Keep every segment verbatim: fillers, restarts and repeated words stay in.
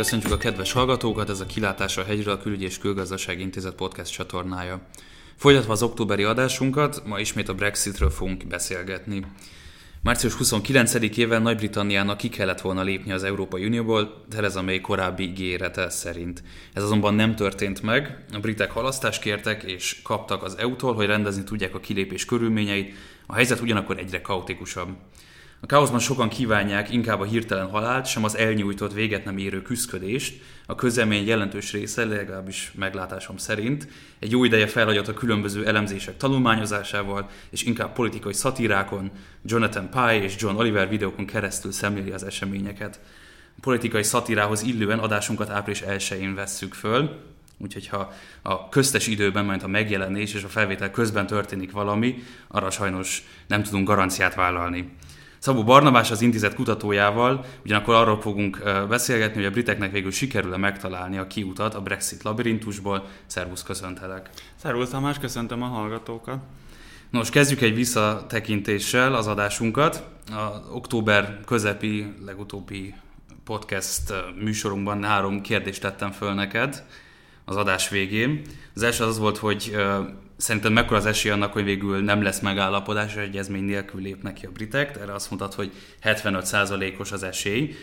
Köszöntjük a kedves hallgatókat, ez a Kilátás a hegyről, a Külügyi és Külgazdasági Intézet podcast csatornája. Folytatva az októberi adásunkat, ma ismét a Brexitről fogunk beszélgetni. március huszonkilencedikével Nagy-Britanniának ki kellett volna lépni az Európai Unióból, Theresa May korábbi ígérete szerint. Ez azonban nem történt meg, a britek halasztást kértek és kaptak az é u-tól, hogy rendezni tudják a kilépés körülményeit, a helyzet ugyanakkor egyre kaotikusabb. A káoszban sokan kívánják inkább a hirtelen halált, sem az elnyújtott, véget nem érő küszködést. A közlemény jelentős része, legalábbis meglátásom szerint, egy jó ideje felhagyott a különböző elemzések tanulmányozásával, és inkább politikai szatírákon, Jonathan Pie és John Oliver videókon keresztül szemléli az eseményeket. A politikai szatírához illően adásunkat április elsején vesszük föl, úgyhogy ha a köztes időben, majd a megjelenés és a felvétel közben történik valami, arra sajnos nem tudunk garanciát vállalni. Szabó Barnabás az intézet kutatójával ugyanakkor arról fogunk beszélgetni, hogy a briteknek végül sikerül-e megtalálni a kiutat a Brexit labirintusból. Szervusz, köszöntelek! Szervusz Tamás, köszöntöm a hallgatókat! Nos, kezdjük egy visszatekintéssel az adásunkat. Az október közepi, legutóbbi podcast műsorunkban három kérdést tettem föl neked az adás végén. Az első az volt, hogy szerinted mekkora az esély annak, hogy végül nem lesz megállapodás, és egyezmény nélkül lépnek ki a britek? Erre azt mondtad, hogy hetvenöt százalékos az esély.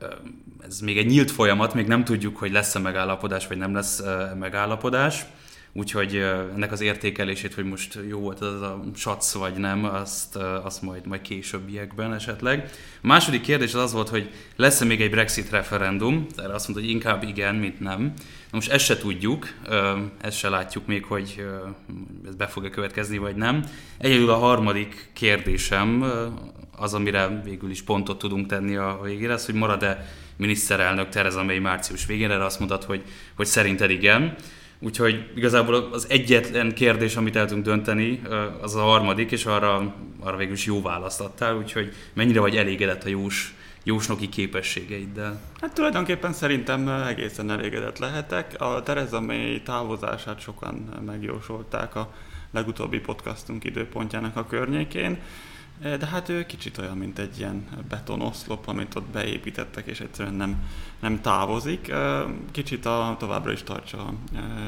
Ez még egy nyílt folyamat, még nem tudjuk, hogy lesz-e megállapodás, vagy nem lesz megállapodás. Úgyhogy ennek az értékelését, hogy most jó volt az a satsz, vagy nem, azt, azt majd, majd későbbiekben esetleg. A második kérdés az az volt, hogy lesz-e még egy Brexit referendum? Erre azt mondta, hogy inkább igen, mint nem. Na most ezt se tudjuk, ezt se látjuk még, hogy ez be fog-e következni, vagy nem. Egyedül a harmadik kérdésem az, amire végül is pontot tudunk tenni a végére, az, hogy marad-e miniszterelnök Theresa May március végén. Erre azt mondtad, hogy, hogy szerinted igen. Úgyhogy igazából az egyetlen kérdés, amit el tudunk dönteni, az a harmadik, és arra, arra végül is jó választ adtál, úgyhogy mennyire vagy elégedett a jós, jósnoki képességeiddel? Hát tulajdonképpen szerintem egészen elégedett lehetek. A Theresa May távozását sokan megjósolták a legutóbbi podcastunk időpontjának a környékén, de hát ő kicsit olyan, mint egy ilyen betonoszlop, amit ott beépítettek, és egyszerűen nem, nem távozik. Kicsit a, továbbra is tartsa a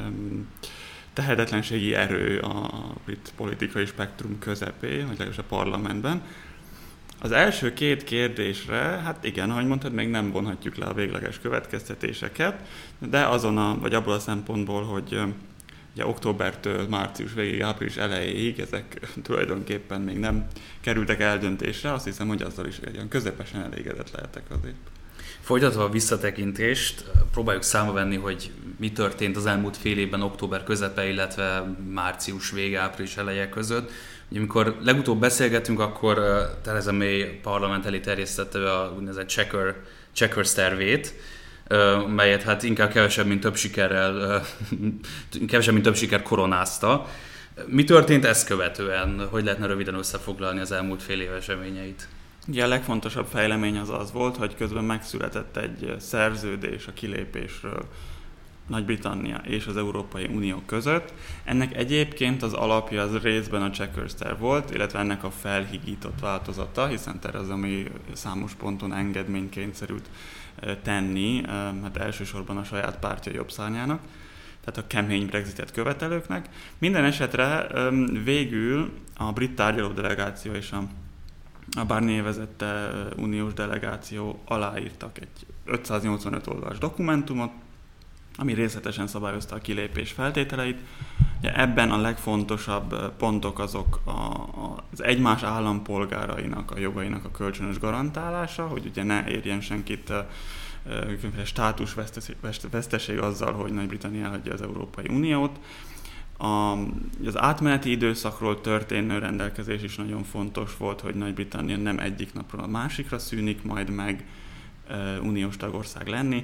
tehetetlenségi erő a brit politikai spektrum közepén, vagy legalábbis a parlamentben. Az első két kérdésre, hát igen, ahogy mondtad, még nem vonhatjuk le a végleges következtetéseket, de azon a, vagy abból a szempontból, hogy ugye októbertől március végéig, április elejéig ezek tulajdonképpen még nem kerültek eldöntésre, azt hiszem, hogy azzal is olyan közepesen elégedett lehetek azért. Folytatva a visszatekintést, próbáljuk számba venni, hogy mi történt az elmúlt fél évben október közepe, illetve március vége, április eleje között. Ugye, amikor legutóbb beszélgetünk, akkor Theresa May parlament elé terjesztette a úgynevezett checker, checkers tervét, melyet hát inkább kevesebb, mint több sikerrel, kevesebb, mint több siker koronázta. Mi történt ezt követően? Hogy lehetne röviden összefoglalni az elmúlt fél év eseményeit? Ugye a legfontosabb fejlemény az az volt, hogy közben megszületett egy szerződés a kilépésről Nagy-Britannia és az Európai Unió között. Ennek egyébként az alapja az részben a checkers terv volt, illetve ennek a felhigított változata, hiszen Theresa May számos ponton engedményt kényszerült tenni, hát elsősorban a saját pártja jobb szárnyának, tehát a kemény Brexitet követelőknek. Minden esetre végül a brit tárgyaló delegáció és a, a Barnier vezette uniós delegáció aláírtak egy ötszáznyolcvanöt oldalas dokumentumot, ami részletesen szabályozta a kilépés feltételeit. Ugye ebben a legfontosabb pontok azok a, a, az egymás állampolgárainak, a jogainak a kölcsönös garantálása, hogy ugye ne érjen senkit különféle státusveszteség azzal, hogy Nagy-Britannia elhagyja az Európai Uniót. A, az átmeneti időszakról történő rendelkezés is nagyon fontos volt, hogy Nagy-Britannia nem egyik napról a másikra szűnik majd meg e, uniós tagország lenni.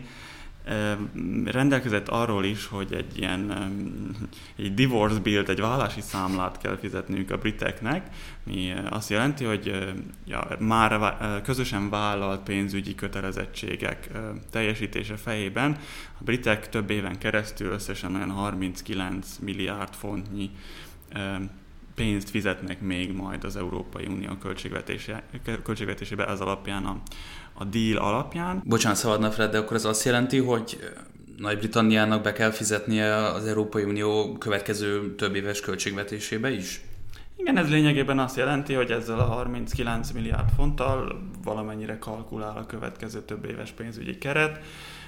Rendelkezett arról is, hogy egy ilyen egy divorce bill, egy vállási számlát kell fizetniük a briteknek, mi azt jelenti, hogy ja, már közösen vállalt pénzügyi kötelezettségek teljesítése fejében a britek több éven keresztül összesen olyan harminckilenc milliárd fontnyi pénzt fizetnek még majd az Európai Unió költségvetése, költségvetésébe ez alapján, a, a deal alapján. Bocsánat, szabadna Fred, de akkor ez azt jelenti, hogy Nagy-Britanniának be kell fizetnie az Európai Unió következő több éves költségvetésébe is? Igen, ez lényegében azt jelenti, hogy ezzel a harminckilenc milliárd fonttal valamennyire kalkulál a következő több éves pénzügyi keret.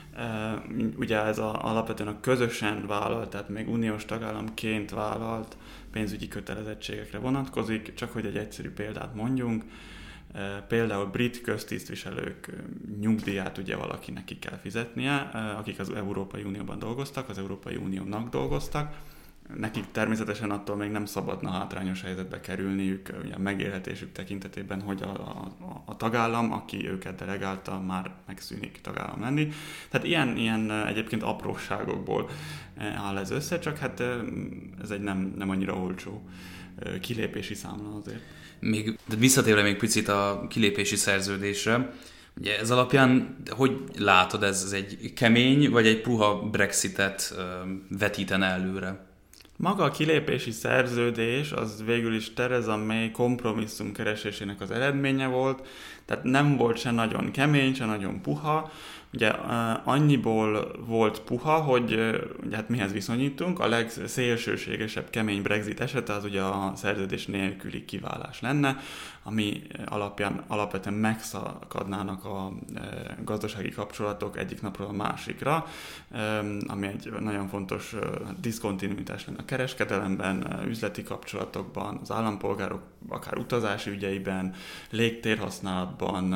Ugye ez a, alapvetően a közösen vállalt, tehát még uniós tagállamként vállalt pénzügyi kötelezettségekre vonatkozik, csak hogy egy egyszerű példát mondjunk. Például brit köztisztviselők nyugdíját ugye valakinek ki kell fizetnie, akik az Európai Unióban dolgoztak, az Európai Uniónak dolgoztak. Nekik természetesen attól még nem szabadna hátrányos helyzetbe kerülniük ugye a megélhetésük tekintetében, hogy a, a, a tagállam, aki őket delegálta, már megszűnik tagállam lenni. Tehát ilyen, ilyen egyébként apróságokból áll ez össze, csak hát ez egy nem, nem annyira olcsó kilépési számla azért. Még, de visszatérve még picit a kilépési szerződésre, ugye ez alapján hogy látod, ez, ez egy kemény vagy egy puha Brexitet vetítene előre? Maga a kilépési szerződés az végül is Theresa May kompromisszum keresésének az eredménye volt, tehát nem volt se nagyon kemény, se nagyon puha. Ugye annyiból volt puha, hogy ugye, hát mihez viszonyítunk, a legszélsőségesebb kemény Brexit esete az ugye a szerződés nélküli kiválás lenne, ami alapján alapvetően megszakadnának a gazdasági kapcsolatok egyik napról a másikra, ami egy nagyon fontos diszkontinuitás lenne a kereskedelemben, üzleti kapcsolatokban, az állampolgárok akár utazási ügyeiben, légtérhasználatban,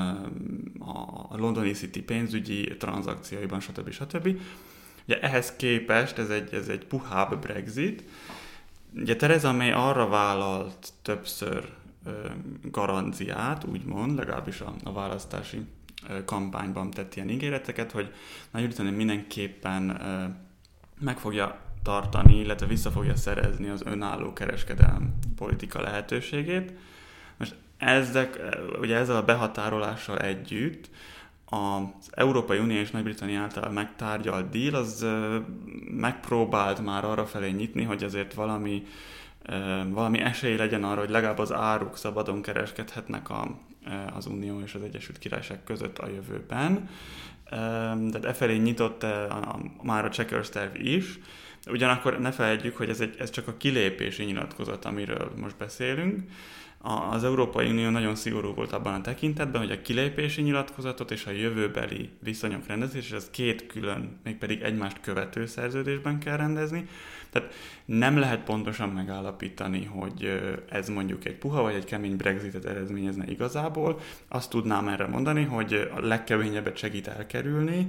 a londoni City pénzügyi tranzakcióiban, stb. stb. Ugye ehhez képest ez egy, ez egy puhább Brexit. Ugye Theresa May arra vállalt többször ö, garanciát, úgymond, legalábbis a, a választási ö, kampányban tett ilyen ígéreteket, hogy Nagy-Britannia mindenképpen ö, meg fogja tartani, illetve vissza fogja szerezni az önálló kereskedelmi politika lehetőségét. Most ezek, ugye ezzel a behatárolással együtt az Európai Unió és Nagy-Britannia által megtárgyalt deal az megpróbált már arra felé nyitni, hogy azért valami, valami esély legyen arra, hogy legalább az áruk szabadon kereskedhetnek a, az Unió és az Egyesült Királyság között a jövőben. Tehát e felé nyitott már a Chequers terv is. Ugyanakkor ne felejtjük, hogy ez, egy, ez csak a kilépési nyilatkozat, amiről most beszélünk. Az Európai Unió nagyon szigorú volt abban a tekintetben, hogy a kilépési nyilatkozatot és a jövőbeli viszonyok rendezés, ez két külön, mégpedig egymást követő szerződésben kell rendezni. Tehát nem lehet pontosan megállapítani, hogy ez mondjuk egy puha vagy egy kemény Brexitet eredményezne igazából. Azt tudnám erre mondani, hogy a legkeményebbet segít elkerülni,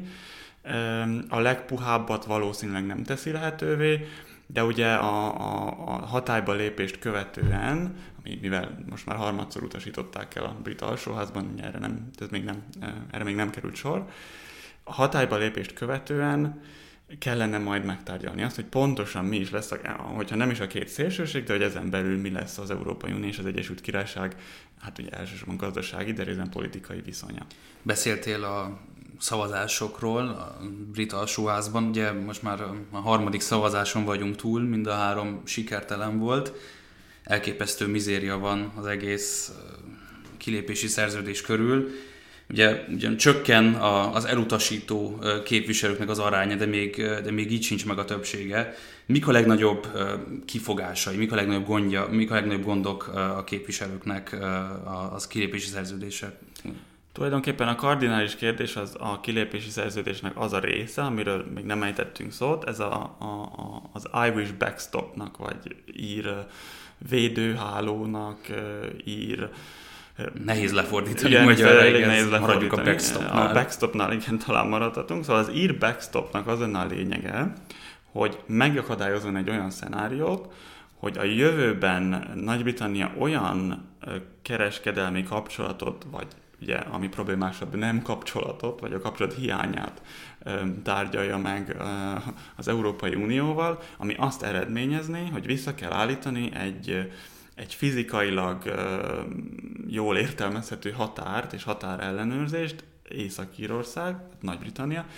a legpuhábbat valószínűleg nem teszi lehetővé, de ugye a, a, a hatályba lépést követően, ami, mivel most már harmadszor utasították el a brit alsóházban, erre, nem, ez még nem, erre még nem került sor, a hatályba lépést követően kellene majd megtárgyalni azt, hogy pontosan mi is lesz, hogyha nem is a két szélsőség, de hogy ezen belül mi lesz az Európai Unió és az Egyesült Királyság, hát ugye elsősorban gazdasági, de részben politikai viszonya. Beszéltél a szavazásokról a brit alsóházban, ugye most már a harmadik szavazáson vagyunk túl, mind a három sikertelen volt. Elképesztő mizéria van az egész kilépési szerződés körül. Ugye ugyan csökken a, az elutasító képviselőknek az aránya, de még, de még így sincs meg a többsége. Mik a legnagyobb kifogásai, mik a legnagyobb gondja, mik a legnagyobb gondok a képviselőknek az kilépési szerződése? Tulajdonképpen a kardinális kérdés az a kilépési szerződésnek az a része, amiről még nem ejtettünk szót, ez a, a, a, az Irish backstopnak, vagy ír védőhálónak, ír... Nehéz lefordítani magyarra, igen, nehéz lefordítani. A backstopnál. A backstopnál igen, talán maradhatunk. Szóval az ír backstopnak az lenne a lényege, hogy megakadályozon egy olyan szenáriót, hogy a jövőben Nagy-Britannia olyan kereskedelmi kapcsolatot, vagy ugye, ami problémásabb, nem kapcsolatot, vagy a kapcsolat hiányát tárgyalja meg az Európai Unióval, ami azt eredményezné, hogy vissza kell állítani egy, egy fizikailag jól értelmezhető határt és határellenőrzést, Észak-Írország, Nagy-Britannia,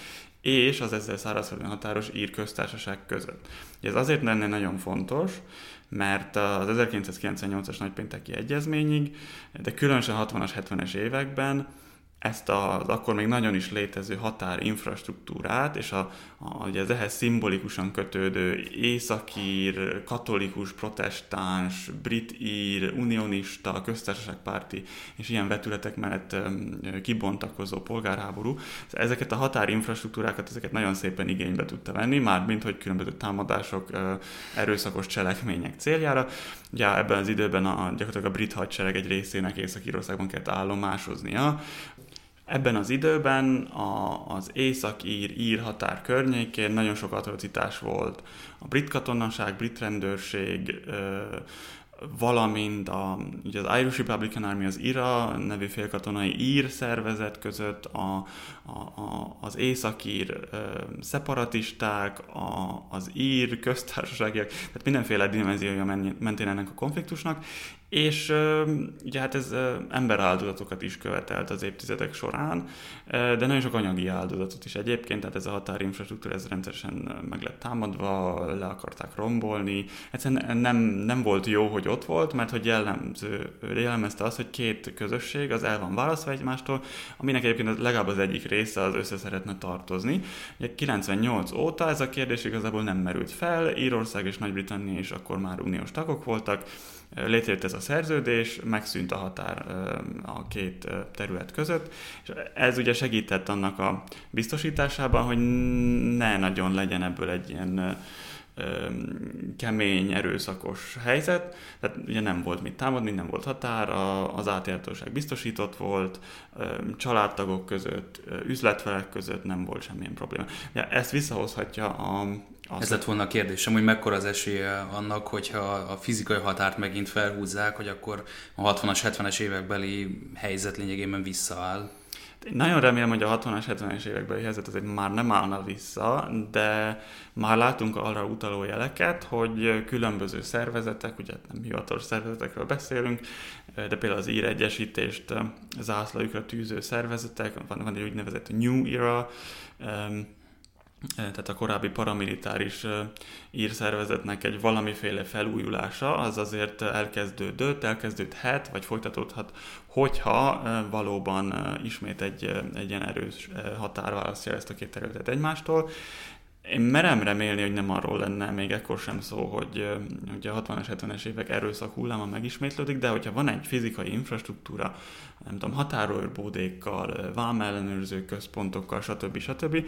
és az ezzel szárazföldön határos ír köztársaság között. Ez azért lenne nagyon fontos, mert az ezerkilencszázkilencvennyolcas nagypénteki egyezményig, de különösen hatvanas, hetvenes években ezt az akkor még nagyon is létező határinfrastruktúrát, és a, a, ugye az ehhez szimbolikusan kötődő északír, katolikus, protestáns, brit-ír, unionista, köztársaságpárti és ilyen vetületek mellett kibontakozó polgárháború, ezeket a határinfrastruktúrákat ezeket nagyon szépen igénybe tudta venni, mármint hogy különböző támadások, erőszakos cselekmények céljára. Ugye ebben az időben a, gyakorlatilag a brit hadsereg egy részének Észak-Írországban kellett állomásoznia. Ebben az időben a, az észak-ír ír határ környékén nagyon sok atrocitás volt. A brit katonaság, brit rendőrség, valamint a, ugye az Irish Republican Army, az I R A nevű félkatonai ír szervezet között, a, a, a, az északír ö, szeparatisták, a, az ír köztársaságiak, tehát mindenféle dimenziója mentén ennek a konfliktusnak, és ö, ugye hát ez ö, emberáldozatokat is követelt az évtizedek során, ö, de nagyon sok anyagi áldozatot is egyébként, tehát ez a határinfrastruktúra ez rendszeresen meg lett támadva, le akarták rombolni, egyszerűen nem, nem volt jó, hogy ott volt, mert hogy jellemző, jellemezte az, hogy két közösség az el van választva egymástól, aminek egyébként legalább az egyik része az össze szeretne tartozni. Ugye kilencvennyolc óta ez a kérdés igazából nem merült fel, Írország és Nagy-Britannia is akkor már uniós tagok voltak, létrejött ez a szerződés, megszűnt a határ a két terület között, és ez ugye segített annak a biztosításában, hogy ne nagyon legyen ebből egy ilyen kemény, erőszakos helyzet, tehát ugye nem volt mit támadni, nem volt határ, az átjárhatóság biztosított volt, családtagok között, üzletfelek között nem volt semmilyen probléma. Ja, ezt visszahozhatja a Az Ez lett volna a kérdésem, hogy mekkora az esélye annak, hogyha a fizikai határt megint felhúzzák, hogy akkor a hatvanas, hetvenes évekbeli helyzet lényegében visszaáll. Én nagyon remélem, hogy a hatvanas, hetvenes évekbeli helyzet azért már nem állna vissza, de már látunk arra utaló jeleket, hogy különböző szervezetek, ugye nem hivatalos szervezetekről beszélünk, de például az ír egyesítést zászlajukra tűző szervezetek, van, van egy úgynevezett New Era, tehát a korábbi paramilitáris ír szervezetnek egy valamiféle felújulása, az azért elkezdődött, elkezdődhet, vagy folytatódhat, hogyha valóban ismét egy, egy ilyen erős határ választja ezt a két területet egymástól. Én merem remélni, hogy nem arról lenne még ekkor sem szó, hogy, hogy a hatvanas, hetvenes évek erőszak hulláma megismétlődik, de hogyha van egy fizikai infrastruktúra, nem tudom, határőrbódékkal, vámellenőrző központokkal, stb. stb.,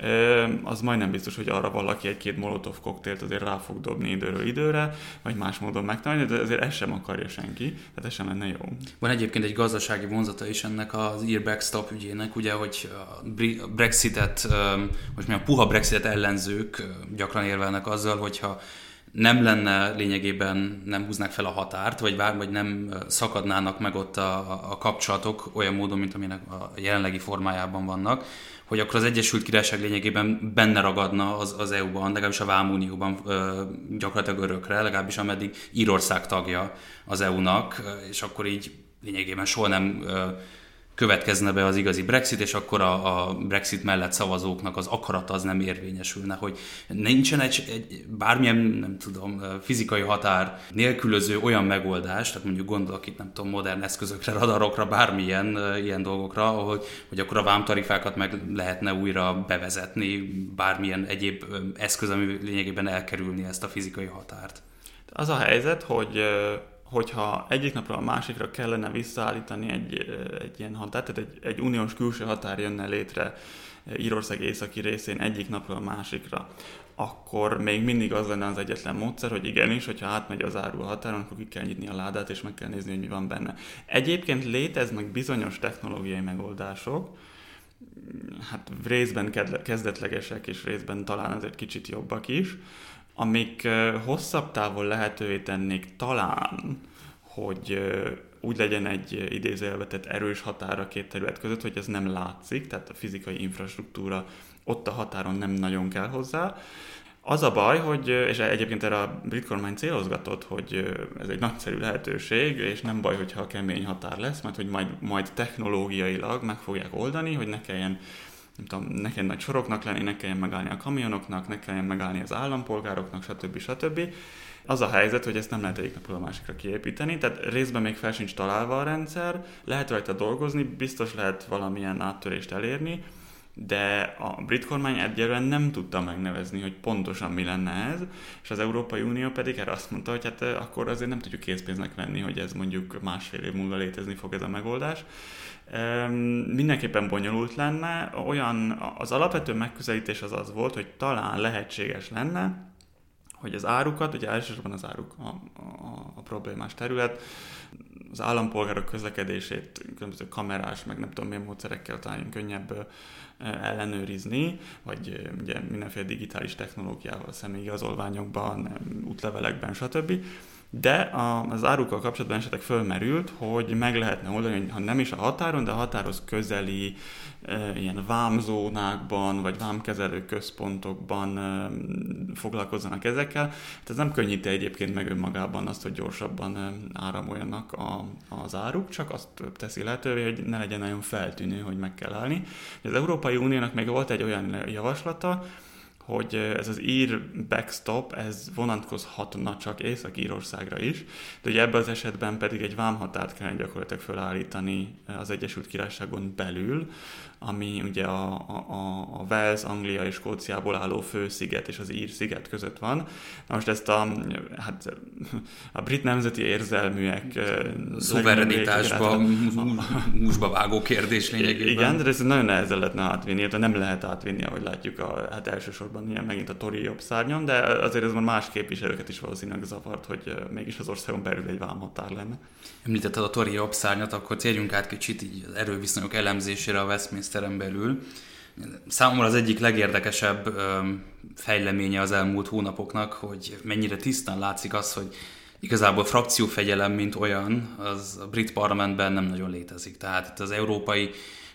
az majdnem biztos, hogy arra valaki egy-két molotov koktélt azért rá fog dobni időről időre, vagy más módon megtalálni, de azért ezt sem akarja senki, tehát ez sem lenne jó. Van egyébként egy gazdasági vonzata is ennek az ír backstop ügyének, ugye, hogy a Brexitet, most mi a puha Brexitet ellenzők gyakran érvelnek azzal, hogyha nem lenne lényegében, nem húznák fel a határt, vagy, vagy nem szakadnának meg ott a, a kapcsolatok olyan módon, mint amilyenek a jelenlegi formájában vannak, hogy akkor az Egyesült Királyság lényegében benne ragadna az, az é u-ban, legalábbis a Vámunióban gyakorlatilag örökre, legalábbis ameddig Írország tagja az é u-nak, és akkor így lényegében soha nem következne be az igazi Brexit, és akkor a, a Brexit mellett szavazóknak az akarata az nem érvényesülne, hogy nincsen egy, egy bármilyen, nem tudom, fizikai határ nélkülöző olyan megoldás, tehát mondjuk gondolok itt, nem tudom, modern eszközökre, radarokra, bármilyen ilyen dolgokra, hogy, hogy akkor a vámtarifákat meg lehetne újra bevezetni, bármilyen egyéb eszköz, ami lényegében elkerülni ezt a fizikai határt. Az a helyzet, hogy hogyha egyik napról a másikra kellene visszaállítani egy, egy ilyen határt, tehát egy, egy uniós külső határ jönne létre Írország északi részén egyik napról a másikra, akkor még mindig az lenne az egyetlen módszer, hogy igenis, hogyha átmegy az áru a határon, akkor ki kell nyitni a ládát, és meg kell nézni, hogy mi van benne. Egyébként léteznek bizonyos technológiai megoldások, hát részben kezdetlegesek, és részben talán azért kicsit jobbak is, amik hosszabb távon lehetővé tennék talán, hogy úgy legyen egy idézőjelvetett erős határ a két terület között, hogy ez nem látszik, tehát a fizikai infrastruktúra ott a határon nem nagyon kell hozzá. Az a baj, hogy, és egyébként erre a brit kormány célozgatott, hogy ez egy nagyszerű lehetőség, és nem baj, hogyha kemény határ lesz, mert hogy majd, majd technológiailag meg fogják oldani, hogy ne kelljen nem tudom, ne kelljen nagy soroknak lenni, ne kelljen megállni a kamionoknak, ne kelljen megállni az állampolgároknak, stb. stb. Az a helyzet, hogy ezt nem lehet egyik napról a másikra kiépíteni, tehát részben még fel sincs találva a rendszer, lehet rajta dolgozni, biztos lehet valamilyen áttörést elérni, de a brit kormány egyelően nem tudta megnevezni, hogy pontosan mi lenne ez, és az Európai Unió pedig erre azt mondta, hogy hát akkor azért nem tudjuk készpénznek venni, hogy ez mondjuk másfél év múlva létezni fog ez a megoldás. Mindenképpen bonyolult lenne, olyan, az alapvető megközelítés az az volt, hogy talán lehetséges lenne, hogy az árukat, ugye elsősorban az áruk a, a, a problémás terület, az állampolgárok közlekedését különböző kamerás, meg nem tudom milyen módszerekkel talán könnyebb ellenőrizni, vagy ugye mindenféle digitális technológiával, személyigazolványokban, útlevelekben, stb. De az árukkal kapcsolatban esetleg fölmerült, hogy meg lehetne oldani, hogy ha nem is a határon, de a határhoz közeli e, ilyen vámzónákban, vagy vámkezelő központokban e, foglalkozzanak ezekkel. Hát ez nem könnyíti egyébként meg önmagában azt, hogy gyorsabban e, áramoljanak a, az áruk, csak azt teszi lehetővé, hogy ne legyen nagyon feltűnő, hogy meg kell állni. Az Európai Uniónak még volt egy olyan javaslata, hogy ez az ír backstop, ez vonatkozhatna csak Észak-Írországra is, de ugye ebben az esetben pedig egy vámhatárt kellene gyakorlatilag felállítani az Egyesült Királyságon belül, ami ugye a, a, a Wales, Anglia és Skóciából álló fősziget és az ír sziget között van. Na most ezt a, hát, a brit nemzeti érzelműek szuverenitásba, múzsba vágó kérdés lényegében. Igen, de ez nagyon nehezen lehetne átvinni, illetve nem lehet átvinni, ahogy látjuk, a, hát elsősorban ilyen megint a Tory jobb szárnyon, de azért ez már más képviselőket is valószínűleg zavart, hogy mégis az országon belül egy vámhatár lenne. Említetted a Tory jobb szárnyat, akkor térjünk át kicsit így az erőviszonyok elemzésére a Westminsteren belül. Számomra az egyik legérdekesebb fejleménye az elmúlt hónapoknak, hogy mennyire tisztán látszik az, hogy igazából frakciófegyelem, mint olyan, az a brit parlamentben nem nagyon létezik. Tehát itt az európai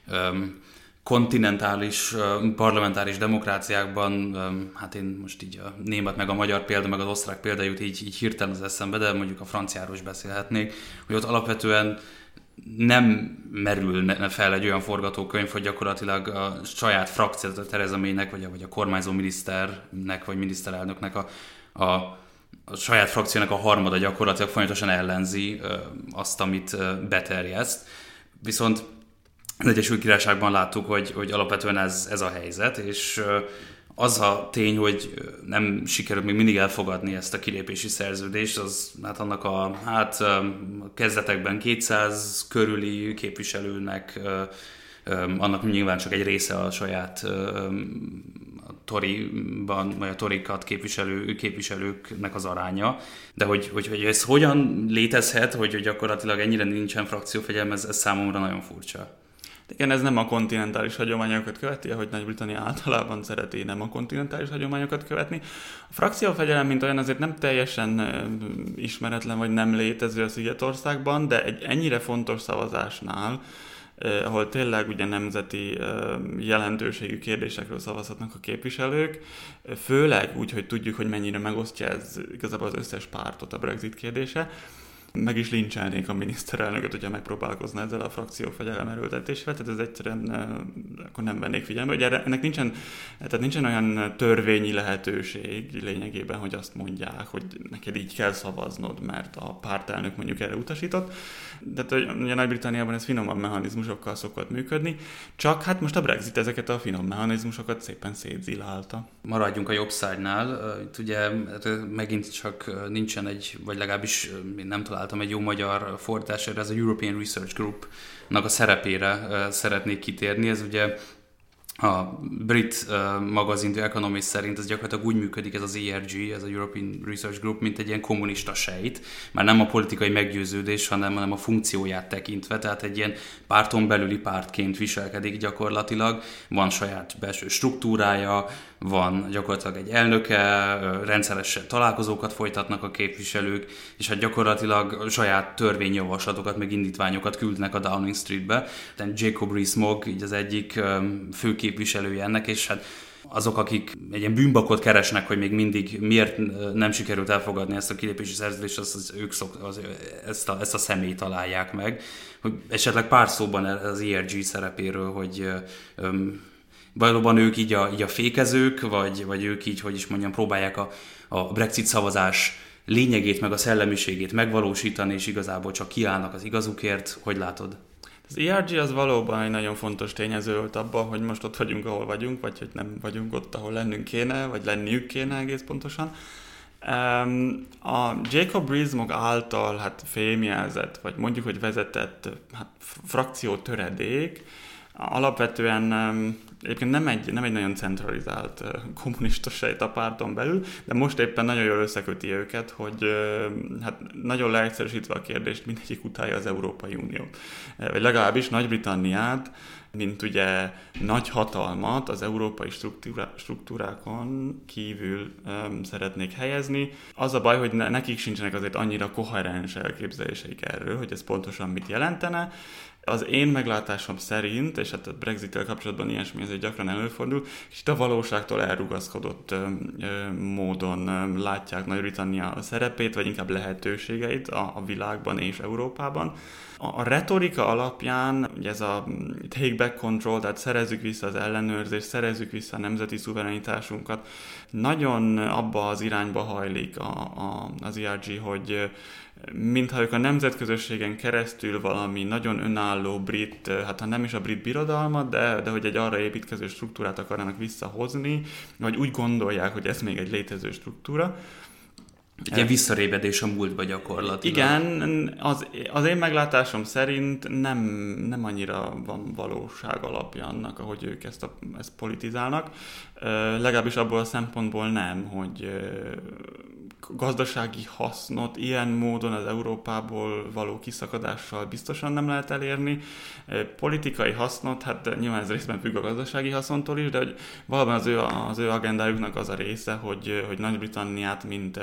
kontinentális parlamentáris demokráciákban, hát én most így a német meg a magyar példa, meg az osztrák példa jut így, így hirtelen az eszembe, de mondjuk a franciáról is beszélhetnék, hogy ott alapvetően nem merülne fel egy olyan forgatókönyv, hogy gyakorlatilag a saját frakciót, a Theresa Maynek, vagy a, vagy a kormányzó miniszternek, vagy miniszterelnöknek a, a, a saját frakciónak a harmada gyakorlatilag folyamatosan ellenzi azt, amit beterjeszt. Viszont az Egyesült Királyságban láttuk, hogy, hogy alapvetően ez, ez a helyzet, és az a tény, hogy nem sikerült még mindig elfogadni ezt a kilépési szerződést, az hát annak a hát kezdetekben kétszáz körüli képviselőnek, annak nyilván csak egy része a saját a Toryban, vagy a Torykat képviselő, képviselőknek az aránya, de hogy, hogy, hogy ez hogyan létezhet, hogy gyakorlatilag ennyire nincsen frakciófegyelem, ez, ez számomra nagyon furcsa. Igen, ez nem a kontinentális hagyományokat követi, ahogy Nagy-Britannia általában szereti nem a kontinentális hagyományokat követni. A frakciófegyelem, mint olyan, azért nem teljesen ismeretlen vagy nem létező a Szigetországban, de egy ennyire fontos szavazásnál, eh, ahol tényleg ugye nemzeti eh, jelentőségű kérdésekről szavazhatnak a képviselők, főleg úgy, hogy tudjuk, hogy mennyire megosztja ez igazából az összes pártot a Brexit kérdése, meg is lincselnék a miniszterelnököt, hogyha megpróbálkozna ezzel a frakciófegyelem erőltetésével, tehát ez egyszerűen akkor nem vennék figyelembe. Ugye ennek nincsen, tehát nincsen olyan törvényi lehetőség lényegében, hogy azt mondják, hogy neked így kell szavaznod, mert a pártelnök mondjuk erre utasított. De ugye Nagy-Britanniában ez finomabb mechanizmusokkal szokott működni, csak hát most a Brexit ezeket a finom mechanizmusokat szépen szétzilálta. Maradjunk a jobb szárnynál. Itt ugye megint csak nincsen egy, vagy legalábbis nem találtam egy jó magyar fordítás erre, ez a European Research Group-nak a szerepére szeretnék kitérni. Ez ugye a brit uh, magazin The Economist szerint ez gyakorlatilag úgy működik, ez az E R G, ez a European Research Group, mint egy ilyen kommunista sejt, már nem a politikai meggyőződés, hanem, hanem a funkcióját tekintve, tehát egy ilyen párton belüli pártként viselkedik gyakorlatilag, van saját belső struktúrája, van gyakorlatilag egy elnöke, rendszeresen találkozókat folytatnak a képviselők, és hát gyakorlatilag saját törvényjavaslatokat, meg indítványokat küldnek a Downing Streetbe. Tehát Jacob Rees-Mogg így az egyik fő képviselője ennek, és hát azok, akik egy ilyen bűnbakot keresnek, hogy még mindig miért nem sikerült elfogadni ezt a kilépési szerződést, az, az ők szok, az, ezt, a, ezt a személyt találják meg. Hogy esetleg pár szóban az E R G szerepéről, hogy um, valóban ők így a, így a fékezők, vagy, vagy ők így, hogy is mondjam, próbálják a, a Brexit szavazás lényegét, meg a szellemiségét megvalósítani, és igazából csak kiállnak az igazukért. Hogy látod? Az i er gé az valóban egy nagyon fontos tényező volt abban, hogy most ott vagyunk, ahol vagyunk, vagy hogy nem vagyunk ott, ahol lennünk kéne, vagy lenniük kéne egész pontosan. A Jacob Rees-Mogg által hát fémjelzett, vagy mondjuk, hogy vezetett hát, frakció töredék, alapvetően egyébként nem egy, nem egy nagyon centralizált kommunista sejt a párton belül, de most éppen nagyon jól összeköti őket, hogy hát nagyon leegyszerűsítve a kérdést, mindegyik utálja az Európai Uniót. Vagy legalábbis Nagy-Britanniát, mint ugye nagy hatalmat az európai struktúrá, struktúrákon kívül um, szeretnék helyezni. Az a baj, hogy ne, nekik sincsenek azért annyira koherens elképzeléseik erről, hogy ez pontosan mit jelentene. Az én meglátásom szerint, és hát a Brexit-tel kapcsolatban ilyesmi azért gyakran előfordul, és itt a valóságtól elrugaszkodott ö, ö, módon ö, látják Nagy-Britannia szerepét, vagy inkább lehetőségeit a, a világban és Európában. A, a retorika alapján, ugye ez a take back control, tehát szerezzük vissza az ellenőrzést, szerezzük vissza a nemzeti szuverenitásunkat, nagyon abba az irányba hajlik a, a, az i er gé, hogy mintha ők a nemzetközösségen keresztül valami nagyon önálló brit, hát ha nem is a brit birodalmat, de, de hogy egy arra építkező struktúrát akarnak visszahozni, vagy úgy gondolják, hogy ez még egy létező struktúra. Egy ilyen visszarébedés a múltba gyakorlatilag. Igen, az, az én meglátásom szerint nem, nem annyira van valóság alapja annak, ahogy ők ezt, a, ezt politizálnak. Legalábbis abból a szempontból nem, hogy gazdasági hasznot ilyen módon az Európából való kiszakadással biztosan nem lehet elérni. Politikai hasznot, hát nyilván ez részben függ a gazdasági haszontól is, de hogy valóban az ő, az ő agendájuknak az a része, hogy, hogy Nagy-Britanniát mint,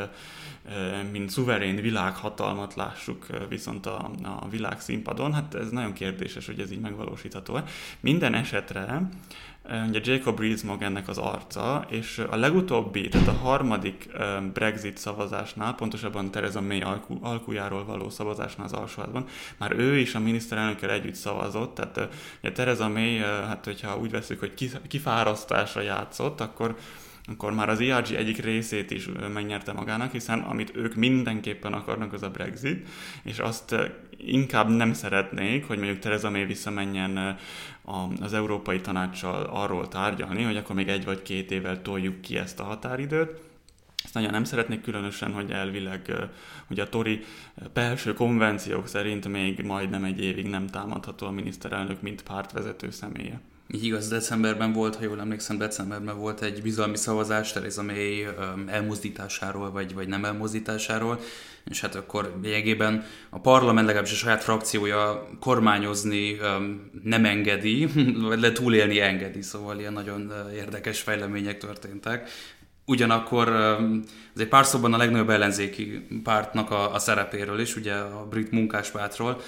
mint szuverén világhatalmat lássuk viszont a, a világ színpadon. Hát ez nagyon kérdéses, hogy ez így megvalósítható-e. Minden esetre ugye Jacob Rees-Mogg ennek az arca, és a legutóbbi, tehát a harmadik Brexit szavazásnál, pontosabban Theresa May alku, alkujáról való szavazásnál az alsóházban, már ő is a miniszterelnökkel együtt szavazott, tehát ugye Theresa May, hát hogyha úgy veszük, hogy kifárasztásra játszott, akkor akkor már az i er gé egyik részét is megnyerte magának, hiszen amit ők mindenképpen akarnak, az a Brexit, és azt inkább nem szeretnék, hogy mondjuk Theresa May visszamenjen az Európai Tanácssal arról tárgyalni, hogy akkor még egy vagy két évvel toljuk ki ezt a határidőt. Ezt nagyon nem szeretnék, különösen, hogy elvileg hogy a Tory belső konvenciók szerint még majdnem egy évig nem támadható a miniszterelnök, mint pártvezető személye. Így igaz, decemberben volt, ha jól emlékszem, decemberben volt egy bizalmi szavazás Theresa May elmozdításáról, vagy, vagy nem elmozdításáról, és hát akkor lényegében a parlament, legalábbis a saját frakciója kormányozni nem engedi, vagy le túlélni engedi, szóval ilyen nagyon érdekes fejlemények történtek. Ugyanakkor azért pár szóban a legnagyobb ellenzéki pártnak a, a szerepéről is, ugye a brit munkáspártról.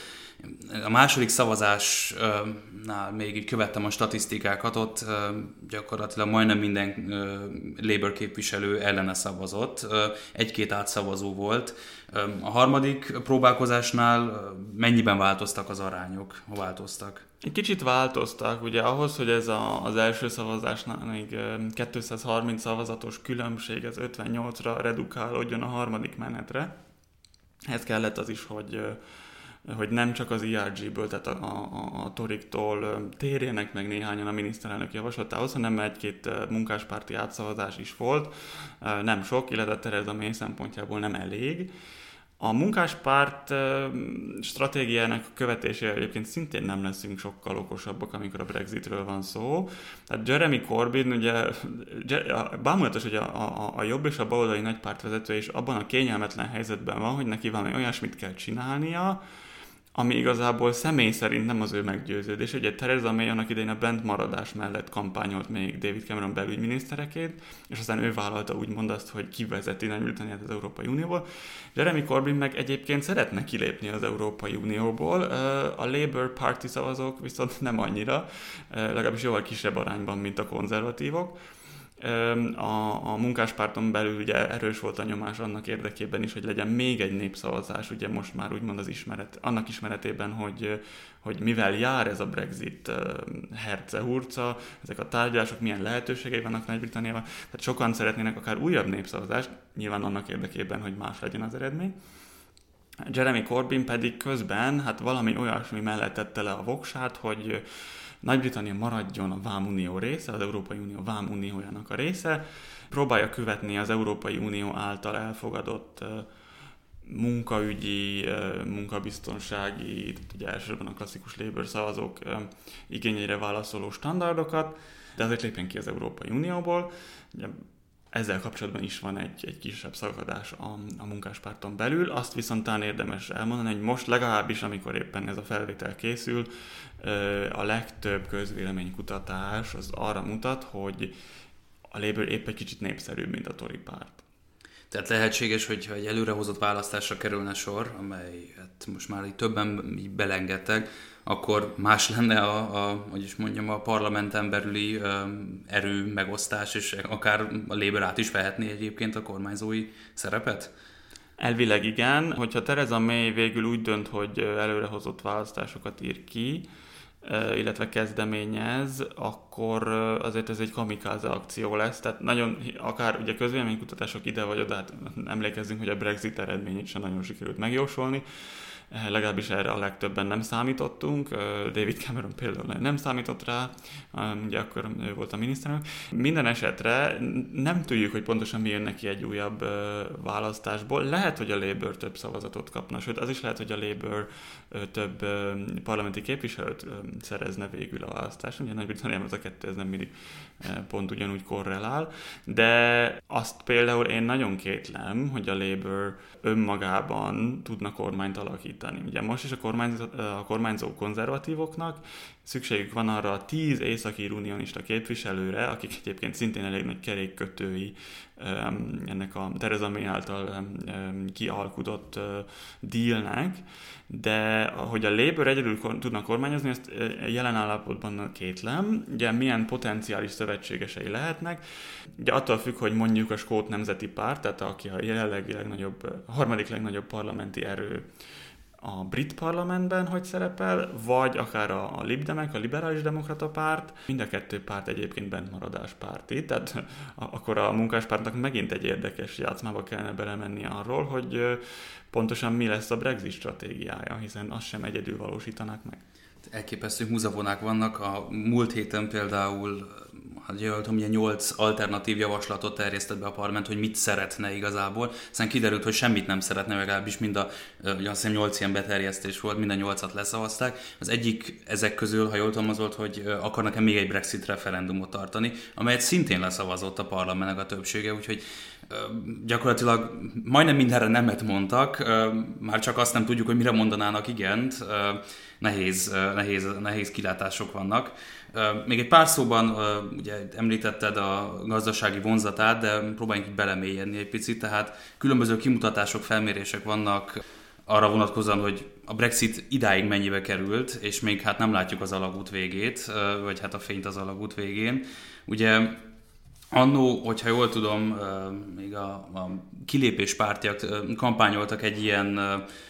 A második szavazásnál még így követtem a statisztikákat, ott gyakorlatilag majdnem minden Labour képviselő ellene szavazott, egy-két átszavazó volt. A harmadik próbálkozásnál mennyiben változtak az arányok? Ha változtak? Egy kicsit változtak, ugye ahhoz, hogy ez a, az első szavazásnál még kétszázharminc szavazatos különbség, ez ötvennyolcra redukálódjon a harmadik menetre. Ez kellett az is, hogy hogy nem csak az i er gé-ből, tehát a, a, a Toriktól térjenek meg néhányan a miniszterelnök javaslatához, hanem egy-két munkáspárti átszavazás is volt, nem sok, illetve Theresa May szempontjából nem elég. A munkáspárt stratégiának követésére egyébként szintén nem leszünk sokkal okosabbak, amikor a Brexitről van szó. Tehát Jeremy Corbyn, ugye bámulatos, hogy a, a, a jobb és a baloldali nagypártvezető is abban a kényelmetlen helyzetben van, hogy neki valami olyasmit kell csinálnia, ami igazából személy szerint nem az ő meggyőződés. Ugye Theresa May annak idején a bent maradás mellett kampányolt még David Cameron belügyminisztereként, és aztán ő vállalta úgymond azt, hogy kivezeti Nagy-Britanniát az Európai Unióból. Jeremy Corbyn meg egyébként szeretne kilépni az Európai Unióból. A Labour Party szavazók viszont nem annyira, legalábbis jóval kisebb arányban, mint a konzervatívok. A, a munkáspárton belül ugye erős volt a nyomás annak érdekében is, hogy legyen még egy népszavazás, ugye most már úgymond az ismeret, annak ismeretében, hogy, hogy mivel jár ez a Brexit herce-hurca, ezek a tárgyalások, milyen lehetőségei vannak Nagy-Britanniában, tehát sokan szeretnének akár újabb népszavazást, nyilván annak érdekében, hogy más legyen az eredmény. Jeremy Corbyn pedig közben hát valami olyasmi mellett tette le a voksát, hogy Nagy-Britannia maradjon a Vámunió része, az Európai Unió Vámuniójának a része, próbálja követni az Európai Unió által elfogadott munkaügyi, munkabiztonsági, ugye elsősorban a klasszikus Labour szavazók igényeire válaszoló standardokat, de azért lépjen ki az Európai Unióból. Ezzel kapcsolatban is van egy, egy kisebb szakadás a, a munkáspárton belül. Azt viszont talán érdemes elmondani, hogy most legalábbis, amikor éppen ez a felvétel készül, a legtöbb közvéleménykutatás az arra mutat, hogy a Labour épp egy kicsit népszerűbb, mint a Tory párt. Tehát lehetséges, hogyha egy előrehozott választásra kerülne sor, amelyet most már így többen így belengedtek, akkor más lenne a, a, hogy is mondjam, a parlamenten belüli um, erő megosztás, és akár a Labour át is vehetné egyébként a kormányzói szerepet? Elvileg igen. Hogyha Theresa May végül úgy dönt, hogy előrehozott választásokat ír ki, illetve kezdeményez, akkor azért ez egy kamikáze akció lesz. Tehát nagyon, akár ugye közvéleménykutatások ide vagy oda, hát emlékezzünk, hogy a Brexit eredményét sem nagyon sikerült megjósolni. Legalábbis erre a legtöbben nem számítottunk. David Cameron például nem számított rá, ugye akkor ő volt a miniszterelnök. Minden esetre nem tudjuk, hogy pontosan mi jön neki egy újabb választásból. Lehet, hogy a Labour több szavazatot kapna, sőt az is lehet, hogy a Labour több parlamenti képviselőt szerezne végül a választáson. Ugye Nagy-Britanniában az a kettő, ez nem mindig pont ugyanúgy korrelál, de azt például én nagyon kétlem, hogy a Labour önmagában tudna kormányt alakítani. Ugye most is a kormányzó, a kormányzó konzervatívoknak szükségük van arra a tíz északír unionista képviselőre, akik egyébként szintén elég nagy kerékkötői ennek a Theresa May által kialkudott dealnek, de hogy a Labour egyedül tudna kormányozni, ezt jelen állapotban kétlem. Ugye milyen potenciális szövetségesei lehetnek. Ugye attól függ, hogy mondjuk a Skót Nemzeti Párt, tehát aki a jelenlegi legnagyobb, a harmadik legnagyobb parlamenti erő a brit parlamentben, hogy szerepel, vagy akár a, a Lib Demek, a liberális demokrata párt, mind a kettő párt egyébként bentmaradás párti, tehát a, akkor a munkáspártnak megint egy érdekes játszmába kellene belemenni arról, hogy pontosan mi lesz a Brexit stratégiája, hiszen azt sem egyedül valósítanak meg. Elképesztő húzavonák vannak. A múlt héten például hát jól tudom, ilyen nyolc alternatív javaslatot terjesztett be a parlament, hogy mit szeretne igazából. Aztán kiderült, hogy semmit nem szeretne, legalábbis mind a, ugye azt hiszem nyolc ilyen beterjesztés volt, mind a nyolcat leszavazták. Az egyik ezek közül, ha jól tudom, az volt, hogy akarnak-e még egy Brexit referendumot tartani, amelyet szintén leszavazott a parlamentnek a többsége, úgyhogy gyakorlatilag majdnem mindenre nemet mondtak, már csak azt nem tudjuk, hogy mire mondanának igent, nehéz, nehéz, nehéz kilátások vannak. Még egy pár szóban ugye említetted a gazdasági vonzatát, de próbáljunk így belemélyedni egy picit, tehát különböző kimutatások, felmérések vannak arra vonatkozóan, hogy a Brexit idáig mennyibe került, és még hát nem látjuk az alagút végét, vagy hát a fényt az alagút végén. Ugye annó, hogyha jól tudom, még a, a kilépés pártiak kampányoltak egy ilyen,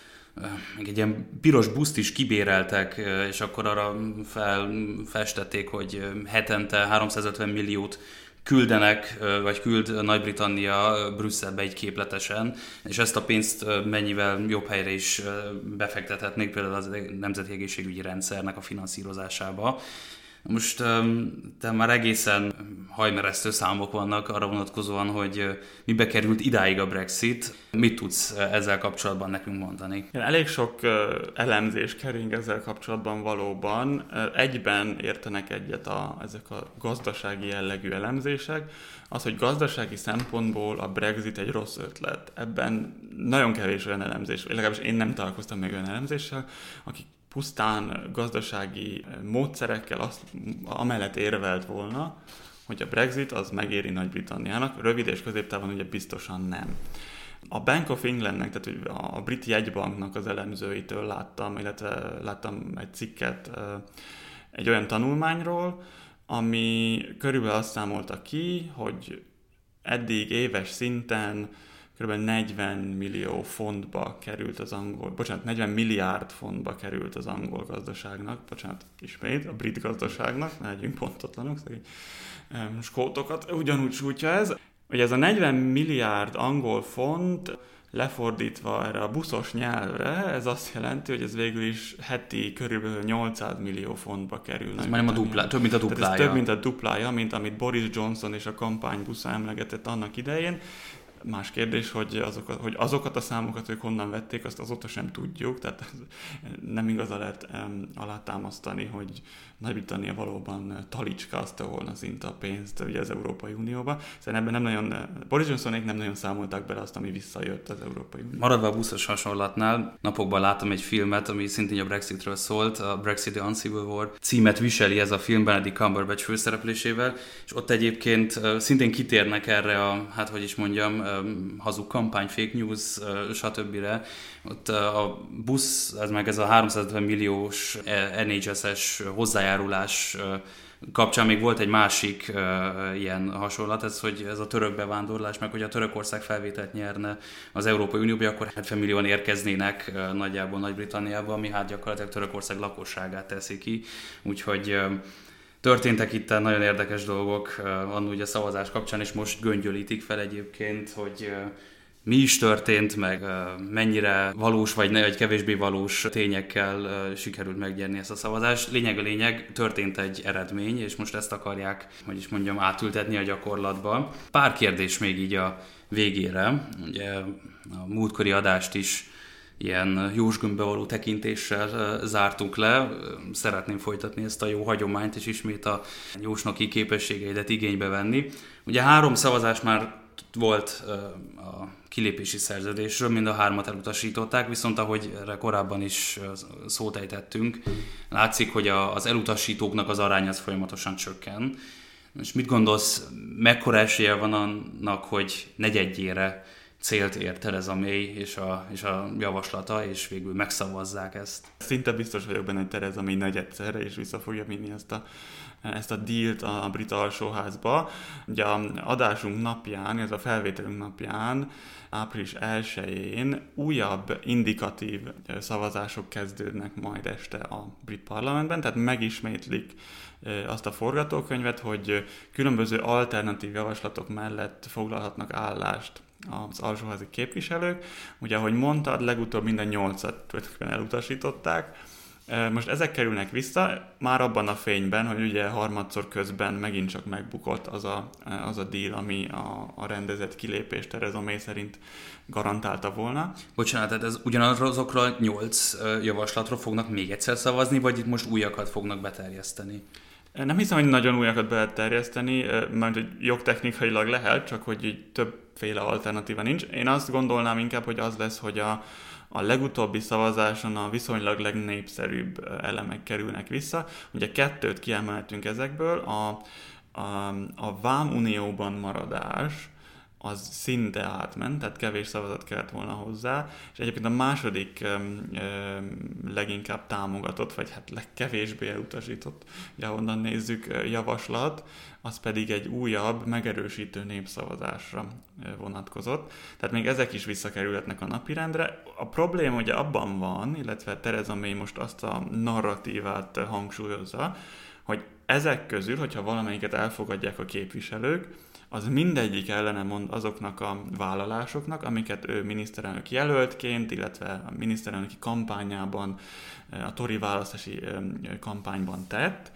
egy ilyen piros buszt is kibéreltek, és akkor arra fel, festették, hogy hetente háromszázötven milliót küldenek, vagy küld Nagy-Britannia Brüsszelbe egy képletesen, és ezt a pénzt mennyivel jobb helyre is befektethetnék, például az nemzeti egészségügyi rendszernek a finanszírozásába. Most te már egészen hajmeresztő számok vannak arra vonatkozóan, hogy mibe került idáig a Brexit. Mit tudsz ezzel kapcsolatban nekünk mondani? Elég sok elemzés kering ezzel kapcsolatban valóban. Egyben értenek egyet a, ezek a gazdasági jellegű elemzések. Az, hogy gazdasági szempontból a Brexit egy rossz ötlet. Ebben nagyon kevés olyan elemzés, legalábbis én nem találkoztam még olyan elemzéssel, akik pusztán gazdasági módszerekkel azt, amellett érvelt volna, hogy a Brexit az megéri Nagy-Britanniának, rövid és középtávon ugye biztosan nem. A Bank of Englandnek, tehát a brit jegybanknak az elemzőitől láttam, illetve láttam egy cikket egy olyan tanulmányról, ami körülbelül azt számolta ki, hogy eddig éves szinten kb. negyven millió fontba került az angol, bocsánat, negyven milliárd fontba került az angol gazdaságnak, bocsánat, ismét, a brit gazdaságnak, ne legyünk pontatlanok, szegény um, skótokat, ugyanúgy sújtja ez. Ugye ez a negyven milliárd angol font lefordítva erre a buszos nyelvre, ez azt jelenti, hogy ez végül is heti körülbelül nyolcszáz millió fontba kerül. Ez majdnem a duplá, több mint a duplája. Tehát ez több mint a duplája, mint amit Boris Johnson és a kampánybusza emlegetett annak idején. Más kérdés, hogy azokat, hogy azokat a számokat ők honnan vették, azt azóta sem tudjuk, tehát nem igazán lehet um, alátámasztani, hogy Nagy-Britannia valóban talicskázta volna szinte a pénzt ugye az Európai Unióba. Szerintem ebben nem nagyon, Boris Johnsonék nem nagyon számolták bele azt, ami visszajött az Európai Unióba. Maradva a buszos hasonlatnál, napokban láttam egy filmet, ami szintén a Brexitről szólt, a Brexit The Uncivil War címet viseli ez a film Benedict Cumberbatch főszereplésével, és ott egyébként szintén kitérnek erre a, hát hogy is mondjam, hazug kampány, fake news, stb. Ott a busz, ez meg ez a háromszázötven milliós en há es-es hozzájárulás kapcsán még volt egy másik uh, ilyen hasonlat, ez, hogy ez a török bevándorlás, meg hogy a Törökország felvételt nyerne az Európai Unióba, akkor hetven millióan érkeznének uh, nagyjából Nagy-Britanniába, ami hát gyakorlatilag Törökország lakosságát teszi ki. Úgyhogy uh, történtek itt nagyon érdekes dolgok uh, annól a szavazás kapcsán, és most göngyölítik fel egyébként, hogy uh, mi is történt, meg mennyire valós vagy, ne, vagy kevésbé valós tényekkel sikerült megnyerni ezt a szavazást. Lényeg a lényeg, történt egy eredmény, és most ezt akarják, hogy is mondjam, átültetni a gyakorlatba. Pár kérdés még így a végére. Ugye a múltkori adást is ilyen jósgömbbe való tekintéssel zártunk le. Szeretném folytatni ezt a jó hagyományt, és ismét a jósnoki képességeidet igénybe venni. Ugye három szavazás már volt a kilépési szerződésről, mind a hármat elutasították, viszont ahogy erre korábban is szót ejtettünk, látszik, hogy az elutasítóknak az aránya az folyamatosan csökken. És mit gondolsz, mekkora esélye van annak, hogy negyedjére célt ér Theresa May és a, és a javaslata, és végül megszavazzák ezt? Szinte biztos vagyok benne, hogy Theresa May negyedszerre is vissza fogja vinni ezt a ezt a dílt a brit alsóházba. Ugye a adásunk napján, ez a felvételünk napján, április elsején újabb indikatív szavazások kezdődnek majd este a brit parlamentben, tehát megismétlik azt a forgatókönyvet, hogy különböző alternatív javaslatok mellett foglalhatnak állást az alsóházi képviselők. Ugye, ahogy mondtad, legutóbb minden nyolcat elutasították. Most ezek kerülnek vissza, már abban a fényben, hogy ugye harmadszor közben megint csak megbukott az a, az a deal, ami a, a rendezett kilépést Theresa May szerint garantálta volna. Bocsánat, tehát ez ugyanazokra a nyolc javaslatról fognak még egyszer szavazni, vagy itt most újakat fognak beterjeszteni? Nem hiszem, hogy nagyon újakat be lehet terjeszteni, mert hogy jogtechnikailag lehet, csak hogy így többféle alternatíva nincs. Én azt gondolnám inkább, hogy az lesz, hogy a A legutóbbi szavazáson a viszonylag legnépszerűbb elemek kerülnek vissza. Ugye kettőt kiemeltünk ezekből, a, a, a Vámunióban maradás, az szinte átment, tehát kevés szavazat kellett volna hozzá, és egyébként a második ö, ö, leginkább támogatott, vagy hát legkevésbé elutasított, ugye ahonnan nézzük, javaslat, az pedig egy újabb, megerősítő népszavazásra vonatkozott. Tehát még ezek is visszakerülhetnek a napirendre. A probléma ugye abban van, illetve Theresa May most azt a narratívát hangsúlyozza, hogy ezek közül, hogyha valamelyiket elfogadják a képviselők, az mindegyik ellene mond azoknak a vállalásoknak, amiket ő miniszterelnök jelöltként, illetve a miniszterelnöki kampányában, a Tory választási kampányban tett.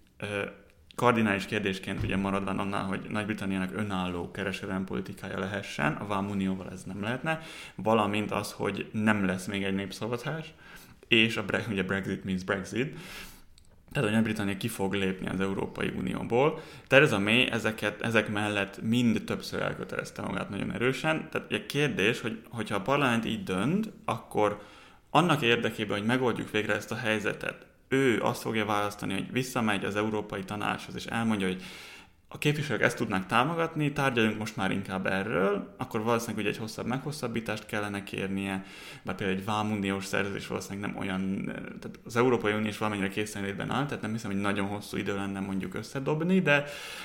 Kardinális kérdésként ugye maradván annál, hogy Nagy-Britanniának önálló kereskedelmi politikája lehessen, a Vámunióval ez nem lehetne, valamint az, hogy nem lesz még egy népszavazás, és a Bre- ugye Brexit means Brexit, tehát, hogy Nagy-Britannia ki fog lépni az Európai Unióból. Theresa May ezeket, ezek mellett mind többször elkötelezte magát nagyon erősen. Tehát a kérdés, hogy hogyha a parlament így dönt, akkor annak érdekében, hogy megoldjuk végre ezt a helyzetet, ő azt fogja választani, hogy visszamegy az Európai Tanácshoz, és elmondja, hogy a képviselők ezt tudnák támogatni, tárgyaljunk most már inkább erről, akkor valószínűleg ugye egy hosszabb meghosszabbítást kellene kérnie, bár például egy vámuniós szerződés valószínűleg nem olyan, tehát az Európai Unió is valamennyire készenlétben áll, tehát nem hiszem, hogy nagyon hosszú idő lenne mondjuk összedobni, de,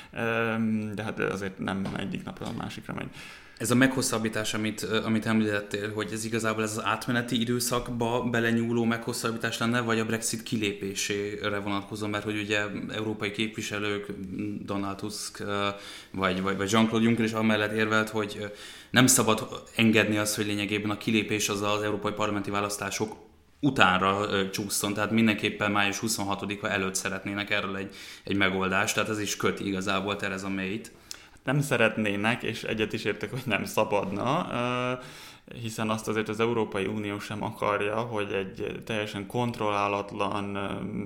de hát azért nem egyik napról a másikra megy. Ez a meghosszabbítás, amit, amit említettél, hogy ez igazából ez az átmeneti időszakba belenyúló meghosszabbítás lenne, vagy a Brexit kilépésére vonatkozó, mert hogy ugye európai képviselők, Donald Tusk vagy, vagy, vagy Jean-Claude Juncker is amellett érvelt, hogy nem szabad engedni azt, hogy lényegében a kilépés az az európai parlamenti választások utánra csúszson, tehát mindenképpen május huszonhatodika előtt szeretnének erről egy, egy megoldást, tehát ez is köti igazából Theresa May-t. Nem szeretnének, és egyet is értek, hogy nem szabadna, hiszen azt azért az Európai Unió sem akarja, hogy egy teljesen kontrollálatlan,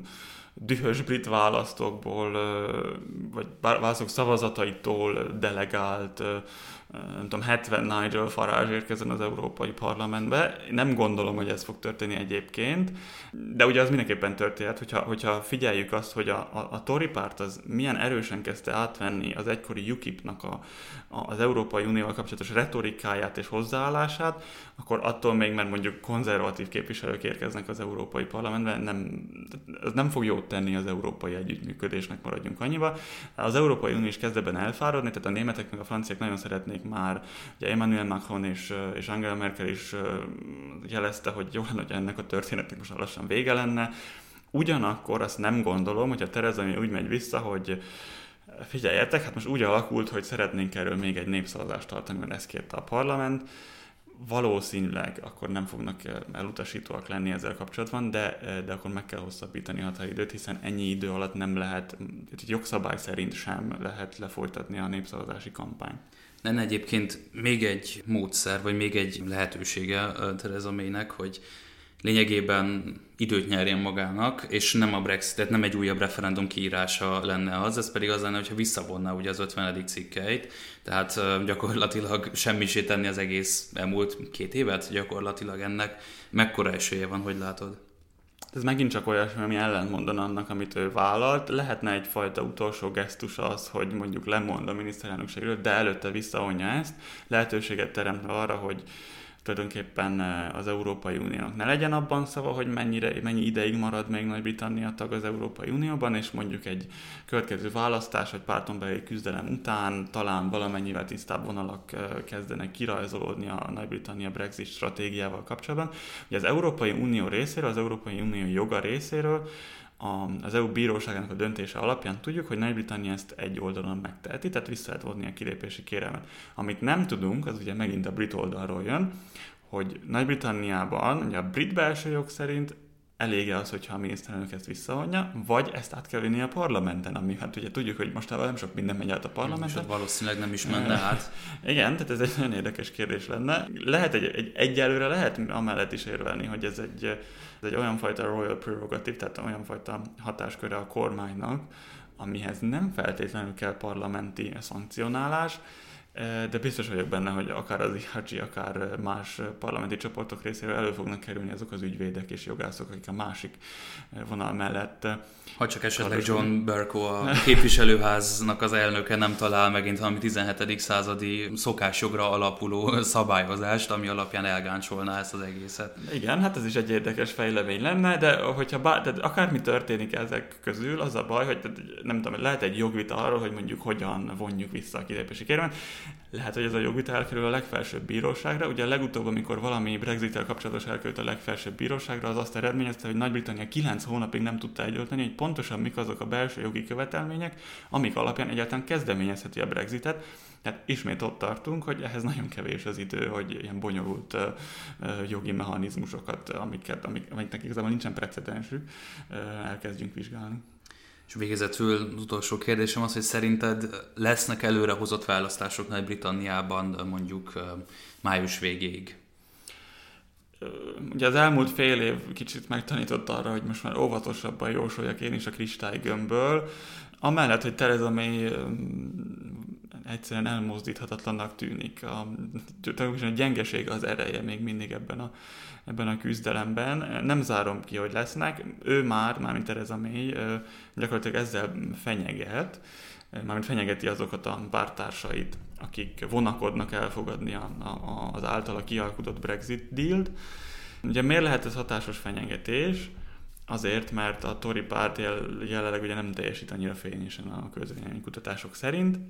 dühös brit választókból, vagy választók szavazataitól delegált, nem tudom, hetven Nigel Farage érkezzen az Európai Parlamentbe. Nem gondolom, hogy ez fog történni egyébként, de ugye az mindenképpen történhet, hogyha, hogyha figyeljük azt, hogy a, a, a Tory párt az milyen erősen kezdte átvenni az egykori UKIP-nak a, a, az Európai Unióval kapcsolatos retorikáját és hozzáállását, akkor attól még, mert mondjuk konzervatív képviselők érkeznek az Európai Parlamentbe, nem, ez nem fog jót tenni az európai együttműködésnek, maradjunk annyiba. Az Európai Unió is kezd ebben elfáradni, tehát a németek meg a franciák nagyon szeretnék már, ugye Emmanuel Macron és, és Angela Merkel is jelezte, hogy jó lenne, hogy ennek a történetnek most lassan vége lenne. Ugyanakkor azt nem gondolom, hogy a Theresa May úgy megy vissza, hogy figyeljetek, hát most úgy alakult, hogy szeretnénk erről még egy népszavazást tartani, mert ezt kérte a parlament. Valószínűleg akkor nem fognak elutasítóak lenni ezzel kapcsolatban, de, de akkor meg kell hosszabbítani a határidőt, hiszen ennyi idő alatt nem lehet, jogszabály szerint sem lehet lefolytatni a népszavazási kampányt. Lenne egyébként még egy módszer, vagy még egy lehetősége Theresa Maynek, hogy lényegében időt nyerjen magának, és nem a Brexitet, nem egy újabb referendum kiírása lenne az, ez pedig az lenne, hogyha visszavonná ugye az ötvenedik cikkeit, tehát gyakorlatilag semmisé tenni az egész elmúlt két évet, gyakorlatilag ennek mekkora esélye van, hogy látod? Ez megint csak olyasmi, ami ellentmondan annak, amit ő vállalt. Lehetne egyfajta utolsó gesztus az, hogy mondjuk lemond a miniszterelnökségről, de előtte visszavonja ezt, lehetőséget teremtve arra, hogy tulajdonképpen az Európai Uniónak ne legyen abban szava, hogy mennyire, mennyi ideig marad még Nagy-Britannia tag az Európai Unióban, és mondjuk egy következő választás, vagy párton belüli küzdelem után talán valamennyivel tisztább vonalak kezdenek kirajzolódni a Nagy-Britannia Brexit stratégiával kapcsolatban. Ugye az Európai Unió részéről, az Európai Unió joga részéről az é u bíróságának a döntése alapján tudjuk, hogy Nagy-Britannia ezt egy oldalon megteheti, tehát vissza lehet vonni a kilépési kérelmet. Amit nem tudunk, az ugye megint a brit oldalról jön, hogy Nagy-Britanniában, ugye a brit belső jog szerint elég az, hogyha a miniszterelnök ezt visszavonja, vagy ezt át kell vinni a parlamenten, ami hát ugye tudjuk, hogy mostában nem sok minden megy át a parlamenten. És valószínűleg nem is menne át. Igen, tehát ez egy nagyon érdekes kérdés lenne. Lehet egy, egy egyelőre lehet amellett is érvelni, hogy ez egy, ez egy olyan fajta royal prerogative, tehát olyan fajta hatásköre a kormánynak, amihez nem feltétlenül kell parlamenti szankcionálás, de biztos vagyok benne, hogy akár az i há gé, akár más parlamenti csoportok részéről elő fognak kerülni azok az ügyvédek és jogászok, akik a másik vonal mellett... Ha csak esetleg John Bercow, a képviselőháznak az elnöke nem talál megint valami tizenhetedik századi szokásjogra alapuló szabályozást, ami alapján elgáncsolná ezt az egészet. Igen, hát ez is egy érdekes fejlemény lenne, de hogyha bár, tehát akármi történik ezek közül, az a baj, hogy nem tudom, lehet egy jogvita arról, hogy mondjuk hogyan vonjuk vissza a kilépési kérelmet. Lehet, hogy ez a jogvita elkerül a legfelsőbb bíróságra. Ugye a legutóbb, amikor valami Brexit-tel kapcsolatos elkerült a legfelsőbb bíróságra, az azt eredményezte, hogy Nagy-Britannia kilenc hónapig nem tudta eldönteni, hogy pontosan mik azok a belső jogi követelmények, amik alapján egyáltalán kezdeményezheti a Brexitet. Tehát ismét ott tartunk, hogy ehhez nagyon kevés az idő, hogy ilyen bonyolult uh, uh, jogi mechanizmusokat, amiket, amik, amiknek igazából nincsen precedensük, uh, elkezdjünk vizsgálni. És végezetül az utolsó kérdésem az, hogy szerinted lesznek előrehozott választások Nagy-Britanniában mondjuk május végéig? Ugye az elmúlt fél év kicsit megtanított arra, hogy most már óvatosabban jósoljak én is a kristálygömbből. Amellett, hogy Theresa May egyszerűen elmozdíthatatlannak tűnik. A, a gyengeség az ereje még mindig ebben a, ebben a küzdelemben. Nem zárom ki, hogy lesznek. Ő már, mármint Theresa May, gyakorlatilag ezzel fenyeget, mármint fenyegeti azokat a pártársait, akik vonakodnak elfogadni a, a, az általa kialkudott Brexit dealt. Ugye miért lehet ez hatásos fenyegetés? Azért, mert a Tory párt jelenleg ugye nem teljesít annyira fényesen a közvéleménykutatások szerint.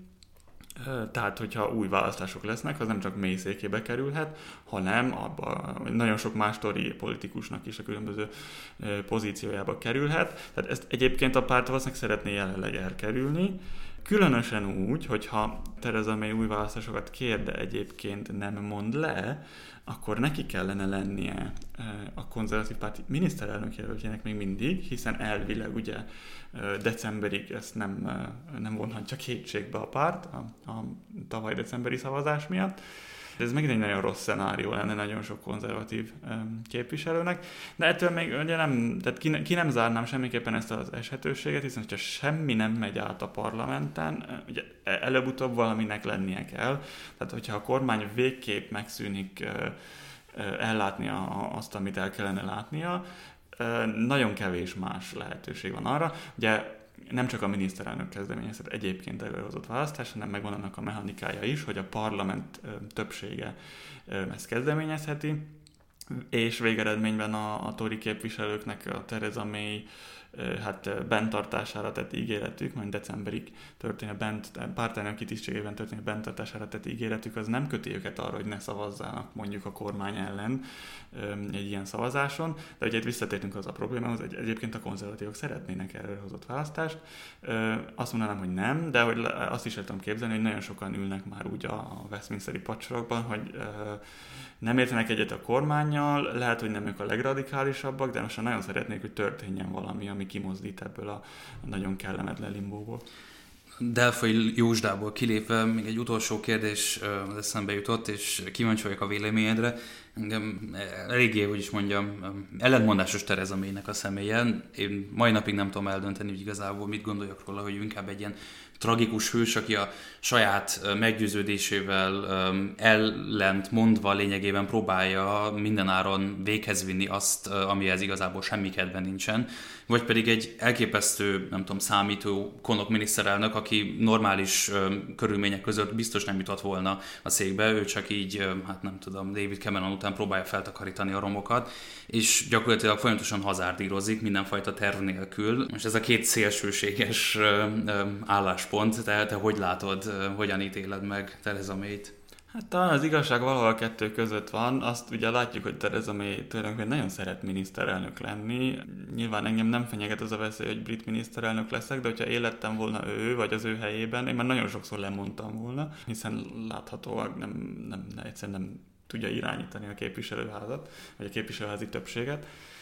Tehát, hogyha új választások lesznek, az nem csak mély székébe kerülhet, hanem abba, nagyon sok más Tory politikusnak is a különböző pozíciójába kerülhet. Tehát ezt egyébként a párt valószínűleg szeretné jelenleg elkerülni. Különösen úgy, hogyha Theresa May új választásokat kér, de egyébként nem mond le, akkor neki kellene lennie a konzervatív párt miniszterelnök jelöltjének még mindig, hiszen elvileg ugye decemberig ezt nem, nem vonhatja kétségbe a párt a, a tavaly decemberi szavazás miatt. Ez megint egy nagyon rossz szenárió lenne nagyon sok konzervatív képviselőnek, de ettől még ugye nem, tehát ki, ki nem zárnám semmiképpen ezt az esetőséget, hiszen hogyha semmi nem megy át a parlamenten, ugye előbb-utóbb valaminek lennie kell, tehát hogyha a kormány végképp megszűnik ellátni azt, amit el kellene látnia, nagyon kevés más lehetőség van arra. Ugye nem csak a miniszterelnök kezdeményezett egyébként előrehozott választás, hanem megvan annak a mechanikája is, hogy a parlament többsége ezt kezdeményezheti, és végeredményben a, a Tory képviselőknek a Theresa May hát benntartására tett ígéretük, majd decemberig történő bent, pártelnöki tisztségében történő benntartására tett ígéretük, az nem köti őket arra, hogy ne szavazzanak mondjuk a kormány ellen egy ilyen szavazáson, de ugye itt visszatértünk az a problémához, hogy egyébként a konzervatívok szeretnének erről hozott választást. Azt mondanám, hogy nem, de hogy azt is el tudom képzelni, hogy nagyon sokan ülnek már úgy a Westminsteri pacsorokban, hogy nem értenek egyet a kormánnyal, lehet, hogy nem ők a legradikálisabbak, de most nagyon szeretnék, hogy történjen valami, ami kimozdít ebből a nagyon kellemetlen limbóból. Delfai Józsdából kilépve még egy utolsó kérdés az eszembe jutott, és kíváncsi vagyok a véleményedre. Engem eléggé, hogy is mondjam, ellentmondásos Theresa Maynek a személye. Én mai napig nem tudom eldönteni, hogy igazából mit gondoljak róla, hogy inkább egy ilyen tragikus hős, aki a saját meggyőződésével ellent mondva lényegében próbálja mindenáron véghez vinni azt, amihez igazából semmi kedve nincsen, vagy pedig egy elképesztő, nem tudom, számító konok miniszterelnök, aki normális körülmények között biztos nem jutott volna a székbe, ő csak így, hát nem tudom, David Cameron után próbálja feltakarítani a romokat, és gyakorlatilag folyamatosan hazárdírozik mindenfajta terv nélkül. Most ez a két szélsőséges álláspont, te, te hogy látod, hogyan ítéled meg Theresa Mayt? Hát talán az igazság valahol a kettő között van. Azt ugye látjuk, hogy Theresa May tulajdonképpen nagyon szeret miniszterelnök lenni. Nyilván engem nem fenyeget az a veszély, hogy brit miniszterelnök leszek, de hogyha élettem volna ő, vagy az ő helyében, én már nagyon sokszor lemondtam volna, hiszen láthatóan nem, nem, nem, egyszerűen nem tudja irányítani a képviselőházat, vagy a képviselőházi többséget.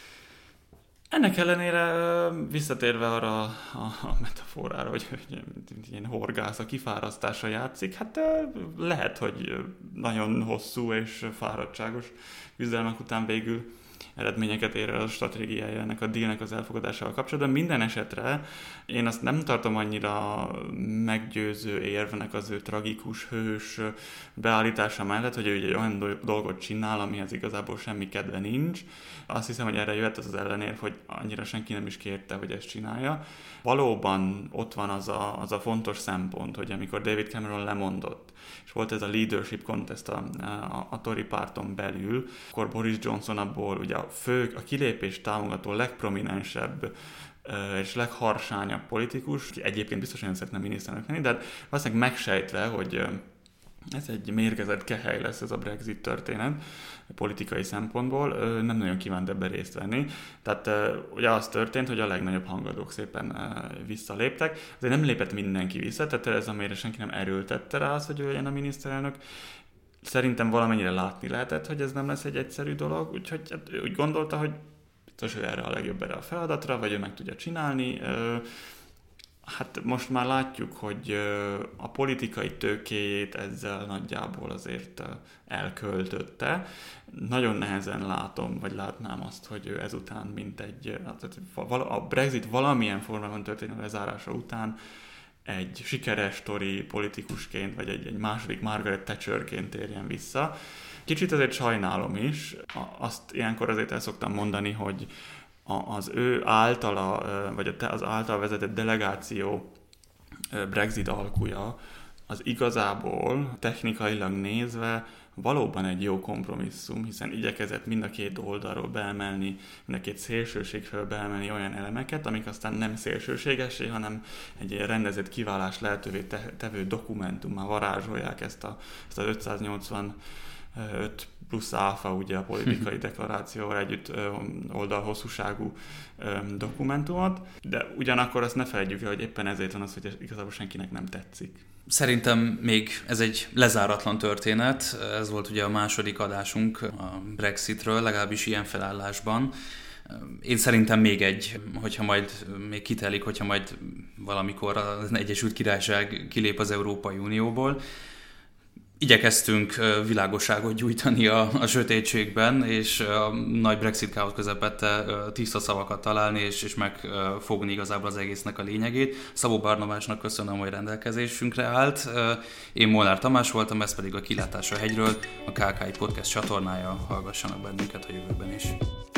Ennek ellenére visszatérve arra a, a metaforára, hogy, hogy ilyen horgász a kifárasztásra játszik, hát lehet, hogy nagyon hosszú és fáradtságos küzdelmek után végül eredményeket ér el a stratégiája ennek a dealnek az elfogadásával kapcsolatban. Minden esetre én azt nem tartom annyira meggyőző érvnek az ő tragikus, hős beállítása mellett, hogy ő egy olyan dolgot csinál, amihez igazából semmi kedve nincs. Azt hiszem, hogy erre jöhet az az ellenérv, hogy annyira senki nem is kérte, hogy ezt csinálja. Valóban ott van az a, az a fontos szempont, hogy amikor David Cameron lemondott, és volt ez a leadership contest a, a, a Tory párton belül, akkor Boris Johnson abból ugye a fő, a kilépést támogató legprominensebb és legharsányabb politikus, ki egyébként biztos nagyon szeretne miniszterelnök lenni, de hát valószínűleg megsejtve, hogy ez egy mérgezett kehely lesz ez a Brexit történet politikai szempontból, nem nagyon kívánt ebben részt venni. Tehát ugye az történt, hogy a legnagyobb hangadók szépen visszaléptek. Azért nem lépett mindenki vissza, tehát ez amire senki nem erőltette rá az, hogy ő legyen a miniszterelnök. Szerintem valamennyire látni lehetett, hogy ez nem lesz egy egyszerű dolog, úgyhogy hát, úgy gondolta, hogy biztos ő erre a legjobb erre a feladatra, vagy ő meg tudja csinálni. Hát most már látjuk, hogy a politikai tőkéjét ezzel nagyjából azért elköltötte. Nagyon nehezen látom, vagy látnám azt, hogy ő ezután, mint egy, a Brexit valamilyen formában történő lezárása után egy sikeres Tory politikusként, vagy egy, egy második Margaret Thatcherként térjen vissza. Kicsit azért sajnálom is. Azt ilyenkor azért el szoktam mondani, hogy az ő általa, vagy az által vezetett delegáció Brexit alkuja, az igazából technikailag nézve valóban egy jó kompromisszum, hiszen igyekezett mind a két oldalról beemelni, mind a két szélsőségről beemelni olyan elemeket, amik aztán nem szélsőségessé, hanem egy rendezett kiválás lehetővé tevő dokumentummá varázsolják ezt, a, ezt az ötszáznyolcvanöt plusz áfa, ugye a politikai deklarációval együtt oldalhosszúságú dokumentumot, de ugyanakkor azt ne felejtjük el, hogy éppen ezért van az, hogy igazából senkinek nem tetszik. Szerintem még ez egy lezáratlan történet, ez volt ugye a második adásunk a Brexitről, legalábbis ilyen felállásban. Én szerintem még egy, hogyha majd még kitelik, hogyha majd valamikor az Egyesült Királyság kilép az Európai Unióból. Igyekeztünk világosságot gyújtani a, a sötétségben, és a nagy Brexit káosz közepette tiszta szavakat találni, és, és megfogni igazából az egésznek a lényegét. Szabó Barnabásnak köszönöm, hogy rendelkezésünkre állt. Én Molnár Tamás voltam, ez pedig a Kilátás a hegyről, a ká ká i Podcast csatornája. Hallgassanak bennünket a jövőben is.